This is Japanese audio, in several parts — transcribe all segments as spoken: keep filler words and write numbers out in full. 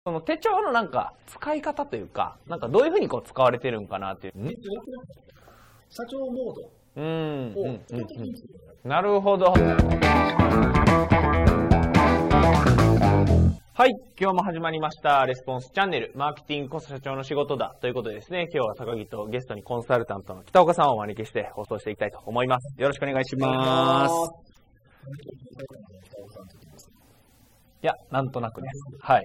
その手帳のなんか使い方というか、なんかどういうふうにこう使われてるんかなっていう。 社長モード。 うん。うんうんうん、なるほど。はい。今日も始まりました。レスポンスチャンネル。マーケティングこそ社長の仕事だ。ということでですね、今日は高木とゲストにコンサルタントの北岡さんをお招きして放送していきたいと思います。よろしくお願いします。いや、なんとなくです。はい。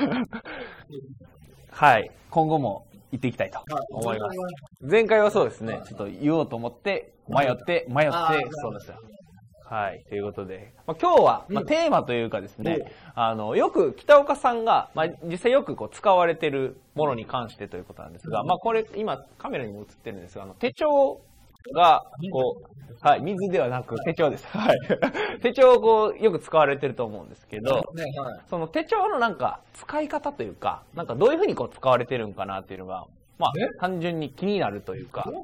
はい。今後も言っていきたいと思います。前回はそうですね、ちょっと言おうと思って、迷って、迷って、そうですよ。はい。ということで、まあ、今日は、まあ、テーマというかですね、うん、あの、よく北岡さんが、まあ、実際よくこう使われているものに関してということなんですが、まあ、これ、今カメラにも映ってるんですが、あの、手帳が、こう、はい、水ではなく手帳です。はい。手帳をこう、よく使われてると思うんですけど、ね、はい、その手帳のなんか、使い方というか、なんかどういうふうにこう使われてるんかなっていうのが、まあ、単純に気になるというか、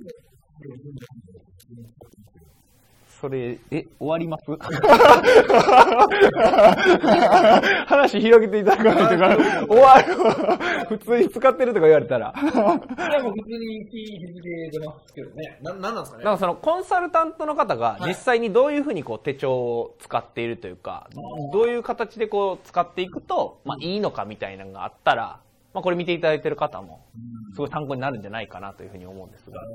それ、え、終わります話広げていただかないとか、終わる。普通に使ってるとか言われたら。 いや、もう普通に日付出ますけどね。な、なんなんですかね。 なんかそのコンサルタントの方が実際にどういうふうにこう手帳を使っているというか、はい、どういう形でこう使っていくと、まあいいのかみたいなのがあったら、まあこれ見ていただいている方も、すごい参考になるんじゃないかなというふうに思うんですが。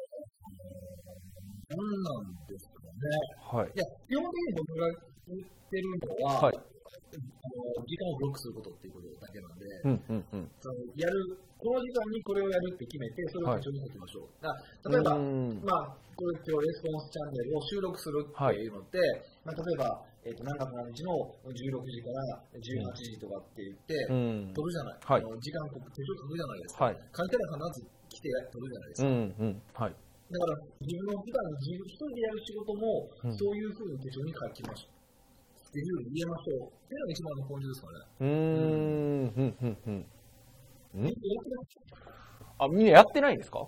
なんなんですかね。 はい。 いや、基本的に僕が言ってるのは、はい、あの時間をブロックすることっていうことだけなんで、うんうんうん、そのやる、この時間にこれをやるって決めて、それを手帳に書きましょう。はい、例えば、まあ、これ今日レスポンスチャンネルを収録するっていうのって、はい、まあ、例えば、えー、と何月何日のじゅうろくじからじゅうはちじとかって言って、うん、撮るじゃない、はい、あの時間、手帳書くじゃないですか。はい、書いたら必ず来て撮るじゃないですか。うんうんはい、だから自分の普段自分一人でやる仕事も、うん、そういうふうに手帳に書きましょうっていうふうに言えましょうっていうのが一番のポイントですかね。うーん、うん、うん、うん。 んあ、みんなやってないんですか？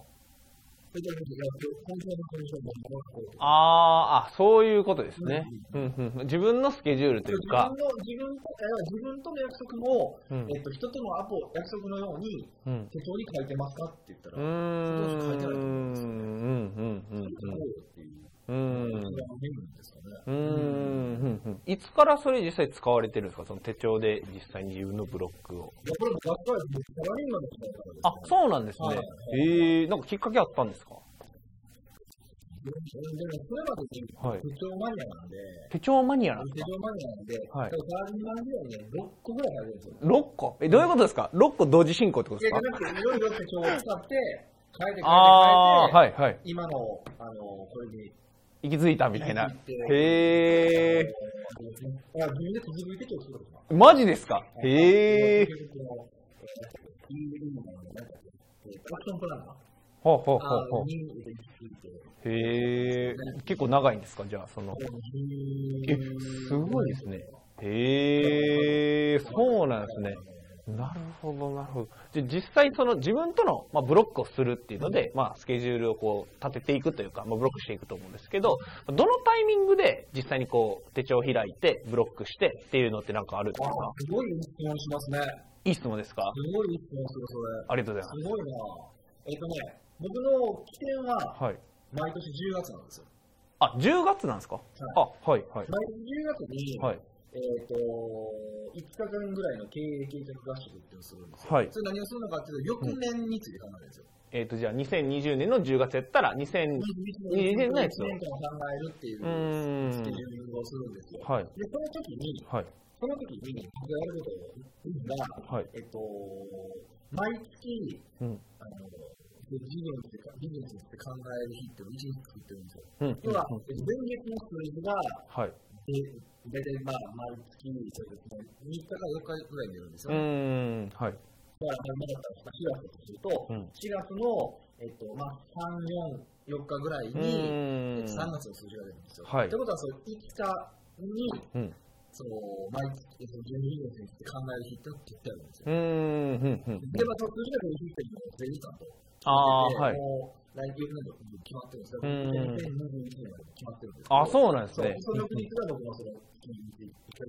ああ、そういうことですね、うんうんうん。自分のスケジュールというか。 自分の自分と自分との約束も、うんえっと、人とのアポ約束のように、うん、手帳に書いてますかって言ったら、うーん書いてないと思うんですよね。うんうんうんうん。 うん。うん。いつからそれ実際使われてるんですか？その手帳で実際に自分のブロックを。 いや、これも学会でサラリーマンの時代からです、ね。 あ、そうなんですね。はい、ええー、なんかきっかけあったんですか？ でもそれまでに手帳マニアなんで、はい、 手帳マニアなんですか？ 手帳マニアなんで、はい、サラリーマンぐらいでろっこぐらい入るんですよ。 ろっこ？え、どういうことですか？ろっこ同時進行ってことですか？ いや、じゃなくて、いろいろ手帳を使って、変えて変えて変えて、 はいはい、 今の、あの、これに、 行き着いたみたいな。へー。マジですか？へー。ほうほうほうほう。へー。結構長いんですか？じゃあ、その。え、すごいですね。へー。そうなんですね。なるほど、なるほど。じゃ実際その自分との、まあ、ブロックをするっていうので、まあ、スケジュールをこう立てていくというか、まあ、ブロックしていくと思うんですけど、どのタイミングで実際にこう手帳を開いてブロックしてっていうのってなんかあるんですか？ すごい質問しますね。 いい質問ですか？ すごい質問する、それ。 ありがとうございます。 すごいな。えっとね、僕の起点は、毎年じゅうがつなんですよ。 あ、じゅうがつなんですか？はい、あ、はい、はい。 毎年じゅうがつに、はい、えっと、いつかかんぐらいの経営計画合宿っていうのをするんですよ。はい。それ何をするのかっていうと、翌年について考えるんですよ。うん、えっと、じゃあ、にせんにじゅうねんのじゅうがつやったら、にせんにじゅうねんのやつを。いちねんかん考えるっていうスケジューリングをするんですよ。はい。で、その時に、はい。その時に、僕がやることが、はい。えっと、毎月、うん、あの、ビジネスってビジネスって考える日っていうのをいちにち作ってるんですよ。うん。要は、前月の数字が、はい。大体まあ毎月みっかかよっかぐらいに出るんですよね。うん、はい。だから今だったらしがつとすると、うん、しがつの、えっとまあ、さん、よん、よっかぐらいに、えっと、さんがつの数字が出るんですよ。はい。ということは、そのいつかに、うん、その毎月、そのじゅうにねんについて考える日っていうのを取ってあるんですよ。うん、うん、で、まあ、その数字が出る日っていうのを税理士さんと。ああ、はい。来年度決まってるんですよ。にせんにじゅういちねんまで決まってるんですけど。あ、そうなんですね。その翌日が僕のその、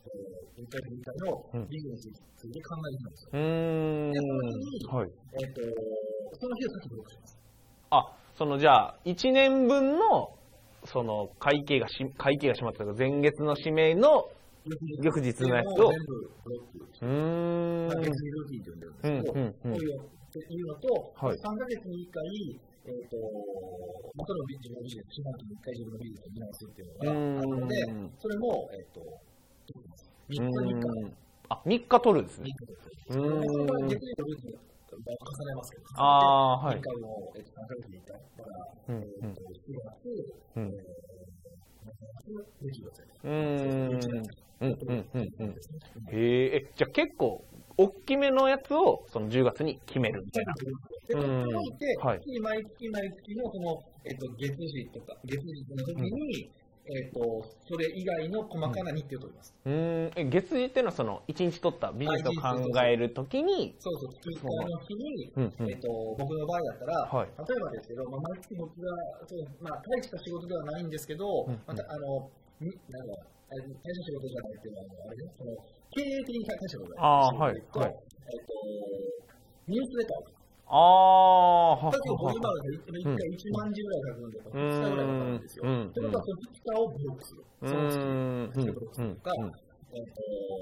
いっかいとにかいのビジネスについて考えてるんですよ。うーん。で、その時に、はい、えっと、その日を先ブロックします。 あ、そのじゃあ、いちねんぶんの、その会計がし、会計が閉まったとか、前月の指名の翌日のやつを。全部ブロック。うーん。 月次ルーティンって呼んでるんですけど、うんうんうん、そういうのと、はい、さんかげつにいっかい、えっと、まあ、それを自分のビジネス、四半期にいっかい自分のビジネスを見直すっていうのがあるので、それも、えっと、みっかみっか。 あ、みっか取るんですね。 みっか取る。それは月次のルーティン重ねますけど、 ああ、はい。 いっかいの、えっと、さんかげつにいっかい。だから、うん、えっと、しがつ、うん、できるやつ。うーん。うんうんうんうん。へえ、じゃあ結構、大きめのやつをそのじゅうがつに決めるみたいな。 で、これを置いて、月毎月毎月のその、えっと、月次とか、月次の時に、えっと、それ以外の細かな日程を取ります。 うん、え、月次っていうのはそのいちにち取ったビジネスを考えるときに、 そうそう、月いっかいの日に、うんうん、えっと、僕の場合だったら、はい、例えばですけど、まあ、毎月僕が、そうまあ、大した仕事ではないんですけど、うんうん、また、あの、になんか、大した仕事じゃないっていうのは、あれね、その、経営的に大した仕事だああ、はい。はい。えっと、ニュースレター。 ああ、 はだけど、僕今は一回いちまんじぐらい書くんで、ふつかぐらいかかるんですよ。ってことは、そのふつかをブロックする。その月にブロックするとか、えっと、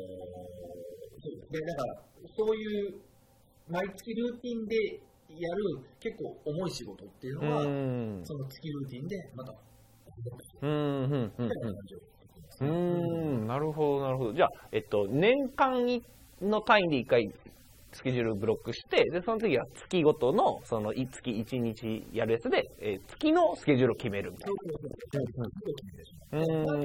で、だから、そういう、毎月ルーティンでやる結構重い仕事っていうのは、その月ルーティンでまた、 うん、うん、うん。うーん、なるほど、なるほど。じゃあ、えっと、年間の単位でいっかいスケジュールをブロックして、で、その次は月ごとの、その月いちにちやるやつで、えー、月のスケジュールを決めるみたいな。うん。うーん。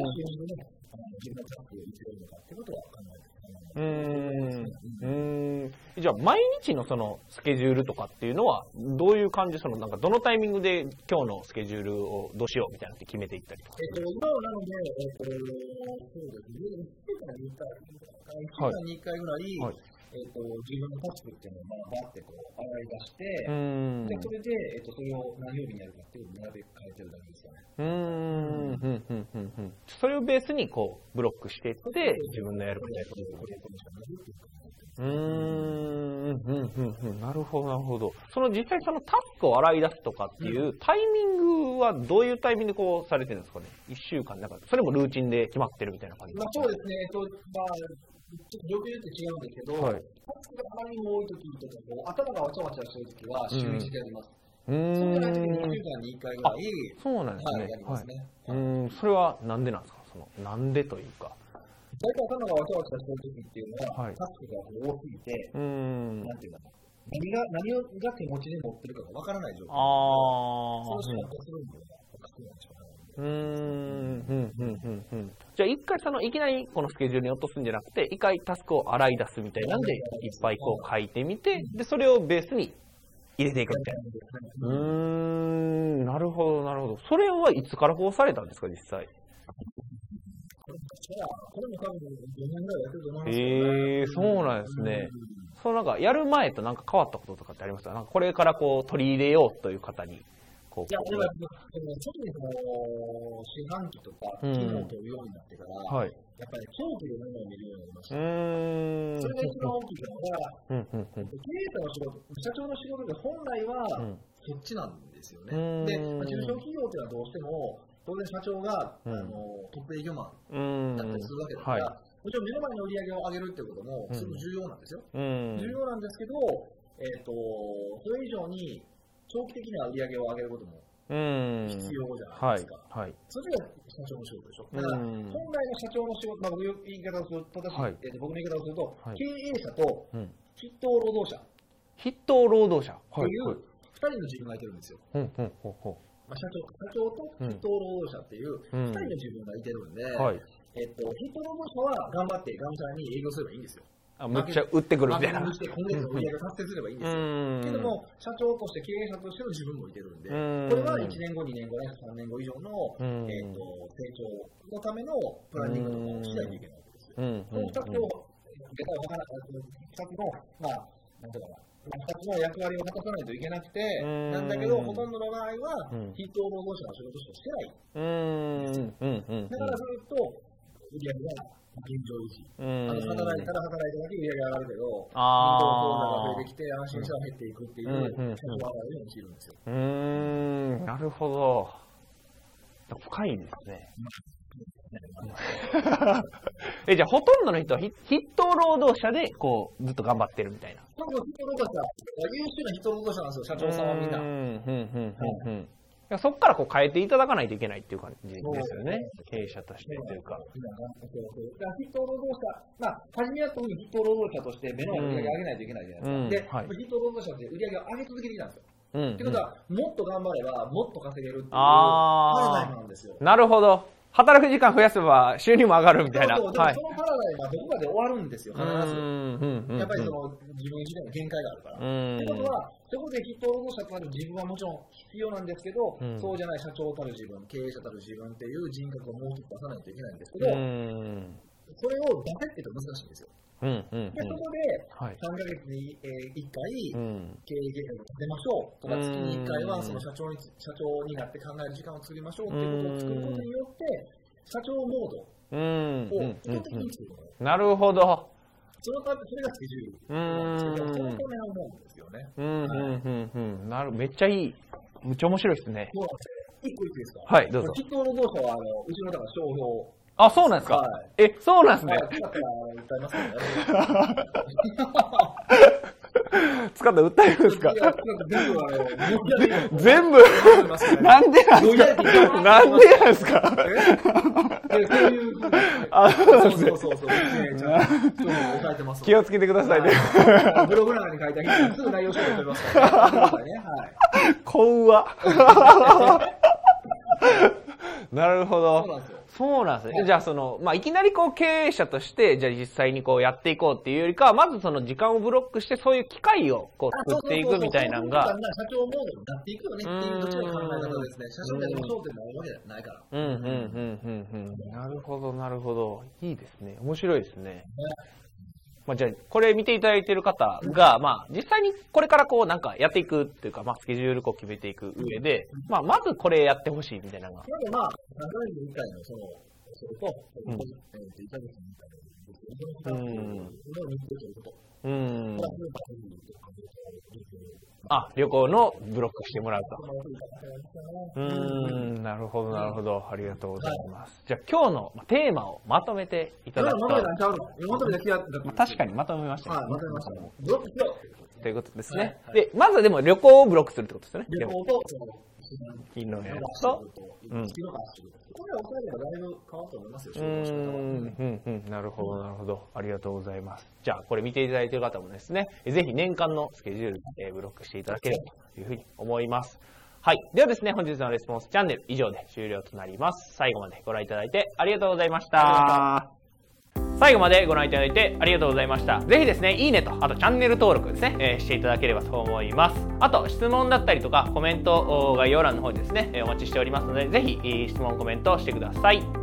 うーん。じゃあ、毎日のそのスケジュールとかっていうのは、どういう感じ、その、なんか、どのタイミングで今日のスケジュールをどうしようみたいなって決めていったりとか。 えっと、今はなので、えっと、そうですね、いっしゅうかんにいっかい、いっしゅうかんにいっかいぐらい、はい、えっと、自分のタスクっていうのを、まあ、バってこう、洗い出して、で、それで、えっと、それを何曜日にやるかっていうのを並べ替えてるだけですかね。うーん、 ふん、ふん、ふん、ふん。それをベースに、こう、ブロックしていって、自分のやることやることうーん、ふん、ふん、ふん。なるほど、なるほど。その実際そのタスクを洗い出すとかっていうタイミングはどういうタイミングでこうされてるんですかね。いっしゅうかん、なんか、それもルーチンで決まってるみたいな感じですか。まあそうですね。えっと、まあ、ちょっと状況によって違うんですけど、はい、タスクがあまりにも多いときとか、こう頭がわちゃわちゃしてるときは週いちでやります。うん、そうじゃないときににしゅうかんにいっかいぐらい、 そうなんですね。 はい、やりますね。 はい、うん、それはなんでなんですか、その、なんでというか。 大体頭がわちゃわちゃしてるときっていうのは、はい、タスクが多すぎて、うん、なんていうかな。何が、何をが手持ちで持ってるかがわからない状況。ああ。そうしかするんだよな。 うーん、うん、うん、うん、うん。じゃあ一回その、いきなりこのスケジュールに落とすんじゃなくて、一回タスクを洗い出すみたいなんで、いっぱいこう書いてみて、で、それをベースに入れていくみたいな。うーん、なるほど、なるほど。それはいつからこうされたんですか、実際。へえー、そうなんですね。そうなんか、やる前となんか変わったこととかってありますか？なんかこれからこう取り入れようという方に。 いや、俺は、特にその、四半期とか、機能を取るようになってから、うん、はい、やっぱり長期でものを見るようになりました。うーん、それが一番大きいのが、うんうんうん、経営者の仕事、社長の仕事で本来は、そっちなんですよね。うん、で、まあ、中小企業っていうのはどうしても、当然社長が、うん、あのトップ営業マンだったりするわけだから、うん、はい、もちろん目の前の売り上げを上げるっていうこともすごく重要なんですよ。うん、重要なんですけど、えっと、それ以上に長期的な売り上げを上げることも必要じゃないですか。はいはい、それが社長の仕事でしょ。だから、本来の社長の仕事、まあ、僕の言い方をすると、正しい、はい、えー、と僕の言い方をすると、はい、経営者と筆頭労働者。 筆頭労働者というふたりの自分がいてるんですよ。うんうんほうほう、まあ、社長社長と筆頭労働者っていうふたりの自分がいてるんで、うんはい、えっと、筆頭労働者は頑張ってがむしゃらに営業すればいいんですよ。 あ、めっちゃ売ってくるみたいな。 マーケティングして今月の売り上げを達成すればいいんですよ。うん、けども、社長として経営者としての自分もいてるんで、んこれはいちねんご、にねんご、さんねんご以上の、えー、と成長のためのプランニングとかをしないといけないわけですよ。このふたつを、下駄をはかなかったふたつの、まあ、なんていうかな。ふたつの役割を果たさないといけなくて、なんだけど、ほとんどの場合は、筆頭労働者の仕事しかしてない。だからずっと、売り上げが現状維持。あの働いたら働いただけ売り上げ上がるけど、銀行口座が増えてきて安心者は減っていくっていう社長上がりに起きるんですよ。 うーん、なるほど。深いですね。え、じゃあほとんどの人は筆頭労働者でこうずっと頑張ってるみたいな。 そうそう、筆頭労働者、優秀な筆頭労働者なんですよ、社長さんはみんな。うん、うん、 うん、うん。そこからこう変えていただかないといけないっていう感じですよね。経営者としてというか。 筆頭労働者、まあ、初めは特に筆頭労働者として目の売り上げを上げないといけないじゃないですか。で、筆頭労働者って売り上げを上げ続けてきたんですよ。うん、ってことは、もっと頑張れば、もっと稼げるっていうパラダイムなんですよ。 なるほど。働く時間増やせば収入も上がるみたいな。 そうそう、でもそのパラダイムはどこかで終わるんですよ、必ず。やっぱりその自分自体の限界があるから。ってことは、そこで筆頭労働者となる自分はもちろん必要なんですけど、うん、そうじゃない社長たる自分、経営者たる自分っていう人格をもう一つ出さないといけないんですけど、それを出せって言うと難しいんですよ。うんうんうん、でそこでさんかげつにいっかい経営計画を立てましょうとか、月にいっかいはその社長に社長になって考える時間を作りましょうっていうことを作ることによって社長モードを意図的に作る。 なるほど。 そのためそれがスケジュール。そのためのものですよね。うんうんうんうん。なるめっちゃいい。めっちゃ面白いですね。 そうなんですよ。一個いいですか。 はいどうぞ。 筆頭労働者はあのうちのだから商標。 あ、そうなんですか、はい、え、そうなんですね。使ったら訴えるんですか全部なんでなんですかなんでなんですかそうそうそうそう。 気をつけてくださいね。 ブログ欄に書いた日にすぐ内容紹介取りますからね。 こうわ。なるほど。そうなんですね。じゃあその、まあ、いきなりこう経営者として、じゃあ実際にこうやっていこうっていうよりかは、まずその時間をブロックして、そういう機会をこう作っていくみたいなのが。 社長モードになっていくよねっていうどちらの考え方ですね。社長でも商店もあるわけじゃないから。うんうんうんうんうん。なるほどなるほど。いいですね。面白いですね。まあ、じゃあ、これ見ていただいている方が、まあ、実際にこれからこう、なんかやっていくっていうか、まあ、スケジュールを決めていく上で、まあ、まずこれやってほしいみたいなのが。 まあ、さんかげつにいっかいの、その、それと、うん、いっかげつにいっかいの、うん。うん。 あ、旅行のブロックしてもらうと。うーん、なるほど、なるほど。ありがとうございます。じゃあ、今日のテーマをまとめていただくと。確かにまとめましたね。 はい、まとめました。ブロックしようということですね。で、まずでも旅行をブロックするってことですよね。 旅行と、 金のやつと、 うん。これは抑えればだいぶ変わると思いますよ。 うん、うん、うん。なるほど、なるほど。ありがとうございます。じゃあ、これ見ていただいている方もですね、ぜひ年間のスケジュールでブロックしていただければというふうに思います。はい。ではですね、本日のレスポンスチャンネル以上で終了となります。最後までご覧いただいてありがとうございました。最後までご覧いただいてありがとうございました。ぜひですね、いいねと、あとチャンネル登録ですね、えー、していただければと思います。あと、質問だったりとか、コメント概要欄の方にですね、お待ちしておりますので、ぜひ質問、コメントしてください。